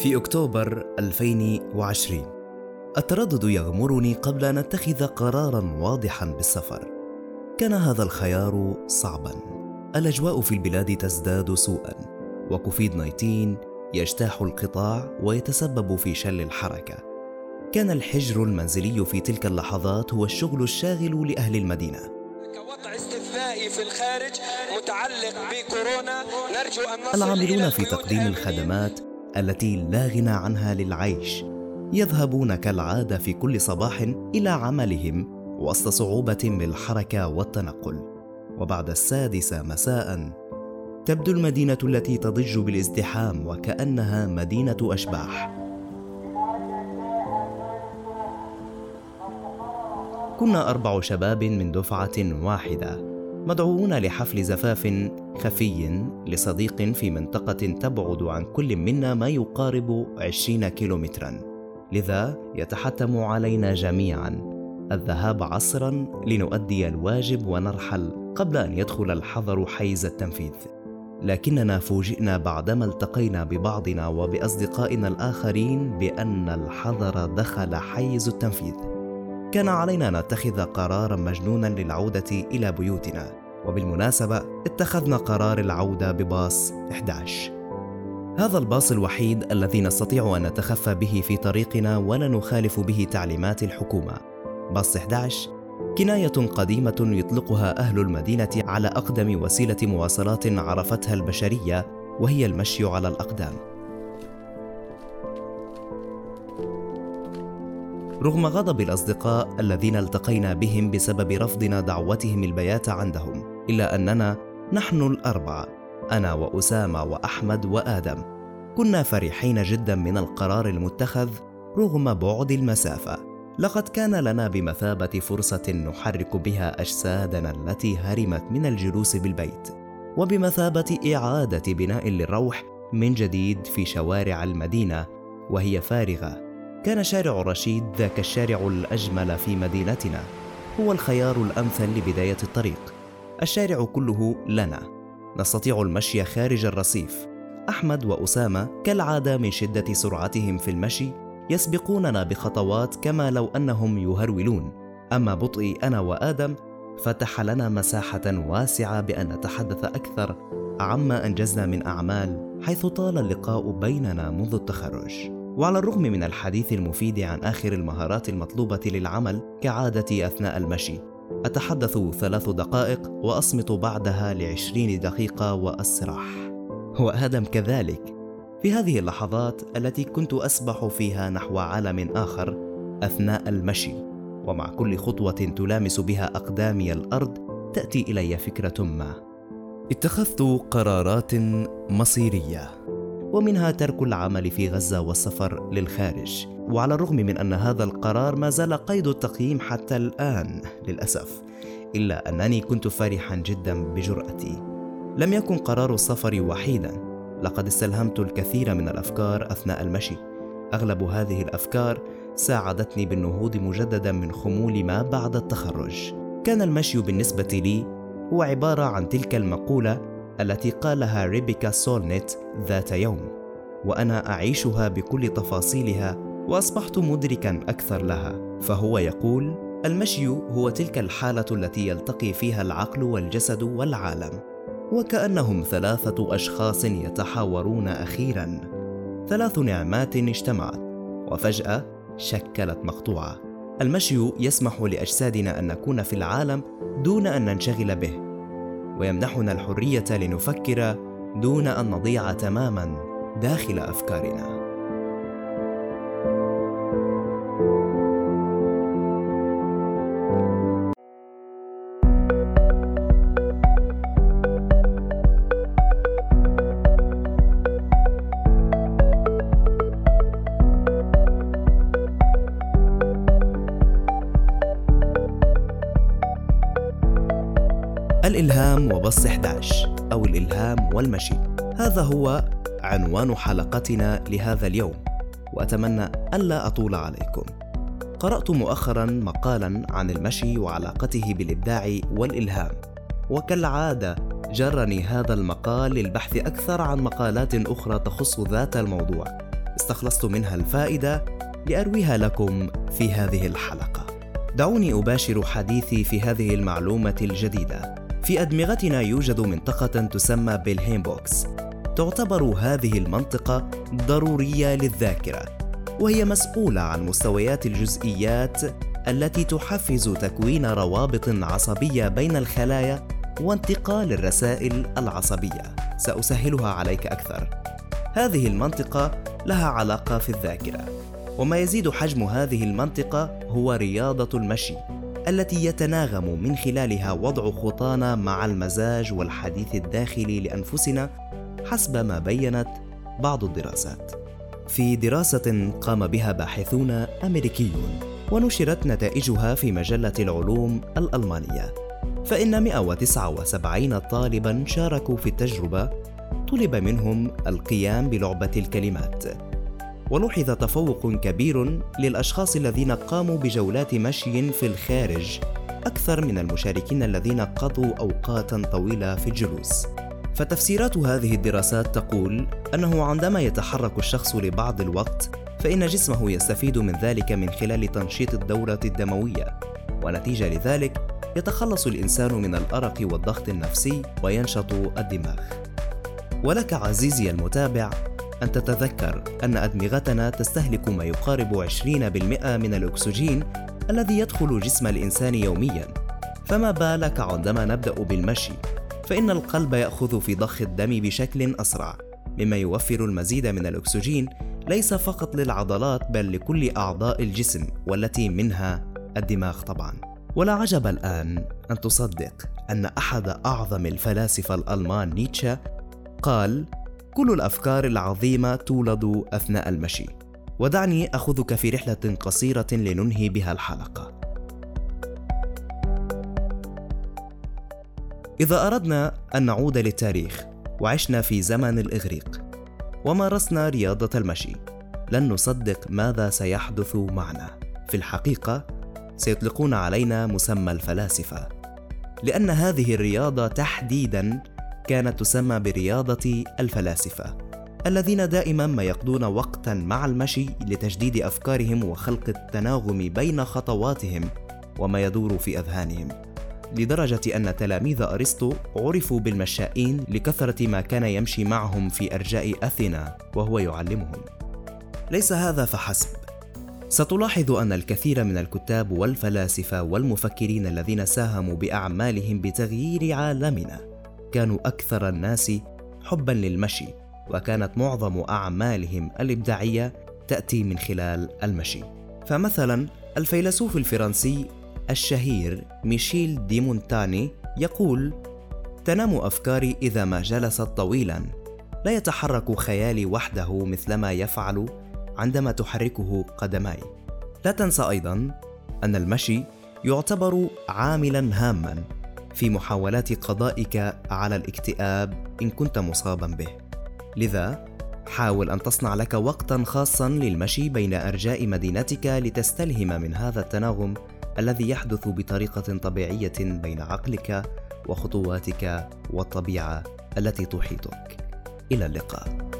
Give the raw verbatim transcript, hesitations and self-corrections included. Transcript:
في أكتوبر ألفين وعشرين التردد يغمرني قبل أن أتخذ قراراً واضحاً بالسفر. كان هذا الخيار صعباً. الأجواء في البلاد تزداد سوءاً، وكوفيد تسعة عشر يجتاح القطاع ويتسبب في شل الحركة. كان الحجر المنزلي في تلك اللحظات هو الشغل الشاغل لأهل المدينة. كوضع استثنائي في الخارج متعلق بكورونا، نرجو أن نصل العاملون في تقديم الخدمات التي لا غنى عنها للعيش يذهبون كالعادة في كل صباح إلى عملهم وسط صعوبة بالحركة والتنقل. وبعد السادسة مساء تبدو المدينة التي تضج بالازدحام وكأنها مدينة أشباح. كنا أربع شباب من دفعة واحدة مدعوون لحفل زفاف خفي لصديق في منطقة تبعد عن كل منا ما يقارب عشرين كيلومترا، لذا يتحتم علينا جميعا الذهاب عصرا لنؤدي الواجب ونرحل قبل أن يدخل الحظر حيز التنفيذ. لكننا فوجئنا بعدما التقينا ببعضنا وبأصدقائنا الآخرين بأن الحظر دخل حيز التنفيذ. كان علينا أن نتخذ قراراً مجنوناً للعودة إلى بيوتنا، وبالمناسبة اتخذنا قرار العودة بباص إحدى عشر. هذا الباص الوحيد الذي نستطيع أن نتخفى به في طريقنا ولا نخالف به تعليمات الحكومة. باص إحدى عشر كناية قديمة يطلقها أهل المدينة على أقدم وسيلة مواصلات عرفتها البشرية، وهي المشي على الأقدام. رغم غضب الأصدقاء الذين التقينا بهم بسبب رفضنا دعوتهم البيات عندهم، إلا أننا نحن الأربعة، أنا وأسامة وأحمد وآدم، كنا فرحين جدا من القرار المتخذ رغم بعد المسافة. لقد كان لنا بمثابة فرصة نحرك بها أجسادنا التي هرمت من الجلوس بالبيت، وبمثابة إعادة بناء للروح من جديد في شوارع المدينة وهي فارغة. كان شارع رشيد ذاك الشارع الأجمل في مدينتنا، هو الخيار الأمثل لبداية الطريق. الشارع كله لنا، نستطيع المشي خارج الرصيف. أحمد وأسامة كالعادة من شدة سرعتهم في المشي يسبقوننا بخطوات كما لو أنهم يهرولون، أما بطئي أنا وآدم فتح لنا مساحة واسعة بأن نتحدث أكثر عما أنجزنا من أعمال، حيث طال اللقاء بيننا منذ التخرج. وعلى الرغم من الحديث المفيد عن آخر المهارات المطلوبة للعمل كعادتي أثناء المشي، أتحدث ثلاث دقائق وأصمت بعدها لعشرين دقيقة وأسرح، وآدم كذلك. في هذه اللحظات التي كنت أسبح فيها نحو عالم آخر أثناء المشي، ومع كل خطوة تلامس بها أقدامي الأرض تأتي إلي فكرة ما. اتخذت قرارات مصيرية، ومنها ترك العمل في غزة والسفر للخارج. وعلى الرغم من أن هذا القرار ما زال قيد التقييم حتى الآن للأسف، إلا أنني كنت فرحا جدا بجرأتي. لم يكن قرار السفر وحيدا، لقد استلهمت الكثير من الأفكار أثناء المشي. أغلب هذه الأفكار ساعدتني بالنهوض مجددا من خمول ما بعد التخرج. كان المشي بالنسبة لي هو عبارة عن تلك المقولة التي قالها ريبيكا سولنيت ذات يوم، وأنا أعيشها بكل تفاصيلها وأصبحت مدركا أكثر لها. فهو يقول: المشي هو تلك الحالة التي يلتقي فيها العقل والجسد والعالم، وكأنهم ثلاثة أشخاص يتحاورون أخيرا، ثلاث نعمات اجتمعت وفجأة شكلت مقطوعة. المشي يسمح لأجسادنا أن نكون في العالم دون أن ننشغل به، ويمنحنا الحرية لنفكر دون أن نضيع تماما داخل أفكارنا. الإلهام وباص إحدى عشر، أو الإلهام والمشي، هذا هو عنوان حلقتنا لهذا اليوم، وأتمنى ألا أطول عليكم. قرأت مؤخرا مقالا عن المشي وعلاقته بالإبداع والإلهام، وكالعادة جرني هذا المقال للبحث أكثر عن مقالات أخرى تخص ذات الموضوع. واستخلصت منها الفائدة لأرويها لكم في هذه الحلقة. دعوني أباشر حديثي في هذه المعلومة الجديدة. في أدمغتنا يوجد منطقة تسمى بالهيم بوكس. تعتبر هذه المنطقة ضرورية للذاكرة، وهي مسؤولة عن مستويات الجزئيات التي تحفز تكوين روابط عصبية بين الخلايا وانتقال الرسائل العصبية. سأسهلها عليك أكثر. هذه المنطقة لها علاقة في الذاكرة، وما يزيد حجم هذه المنطقة هو رياضة المشي التي يتناغم من خلالها وضع خطانا مع المزاج والحديث الداخلي لأنفسنا حسب ما بيّنت بعض الدراسات. في دراسة قام بها باحثون أمريكيون ونشرت نتائجها في مجلة العلوم الألمانية، فإن مئة وتسعة وسبعين طالباً شاركوا في التجربة طلب منهم القيام بلعبة الكلمات، ولوحظ تفوق كبير للأشخاص الذين قاموا بجولات مشي في الخارج أكثر من المشاركين الذين قضوا أوقاتاً طويلة في الجلوس. فتفسيرات هذه الدراسات تقول أنه عندما يتحرك الشخص لبعض الوقت فإن جسمه يستفيد من ذلك من خلال تنشيط الدورة الدموية، ونتيجة لذلك يتخلص الإنسان من الأرق والضغط النفسي وينشط الدماغ. ولك عزيزي المتابع أن تتذكر أن أدمغتنا تستهلك ما يقارب عشرين بالمئة من الأكسجين الذي يدخل جسم الإنسان يومياً، فما بالك عندما نبدأ بالمشي؟ فإن القلب يأخذ في ضخ الدم بشكل أسرع، مما يوفر المزيد من الأكسجين ليس فقط للعضلات بل لكل أعضاء الجسم، والتي منها الدماغ طبعاً. ولا عجب الآن أن تصدق أن أحد أعظم الفلاسفة الألمان نيتشه قال: كل الأفكار العظيمة تولد أثناء المشي. ودعني أخذك في رحلة قصيرة لننهي بها الحلقة. إذا أردنا أن نعود للتاريخ وعشنا في زمن الإغريق ومارسنا رياضة المشي، لن نصدق ماذا سيحدث معنا. في الحقيقة سيطلقون علينا مسمى الفلاسفة، لأن هذه الرياضة تحديداً كانت تسمى برياضة الفلاسفة، الذين دائما ما يقضون وقتا مع المشي لتجديد أفكارهم وخلق التناغم بين خطواتهم وما يدور في أذهانهم، لدرجة أن تلاميذ أرسطو عرفوا بالمشائين لكثرة ما كان يمشي معهم في أرجاء أثينا وهو يعلمهم. ليس هذا فحسب، ستلاحظ أن الكثير من الكتاب والفلاسفة والمفكرين الذين ساهموا بأعمالهم بتغيير عالمنا كانوا أكثر الناس حباً للمشي، وكانت معظم أعمالهم الإبداعية تأتي من خلال المشي. فمثلاً الفيلسوف الفرنسي الشهير ميشيل دي مونتاني يقول: تنام أفكاري إذا ما جلست طويلاً، لا يتحرك خيالي وحده مثلما يفعل عندما تحركه قدماي. لا تنسى أيضاً أن المشي يعتبر عاملاً هاماً في محاولات قضائك على الاكتئاب إن كنت مصاباً به. لذا حاول أن تصنع لك وقتاً خاصاً للمشي بين أرجاء مدينتك لتستلهم من هذا التناغم الذي يحدث بطريقة طبيعية بين عقلك وخطواتك والطبيعة التي تحيطك. إلى اللقاء.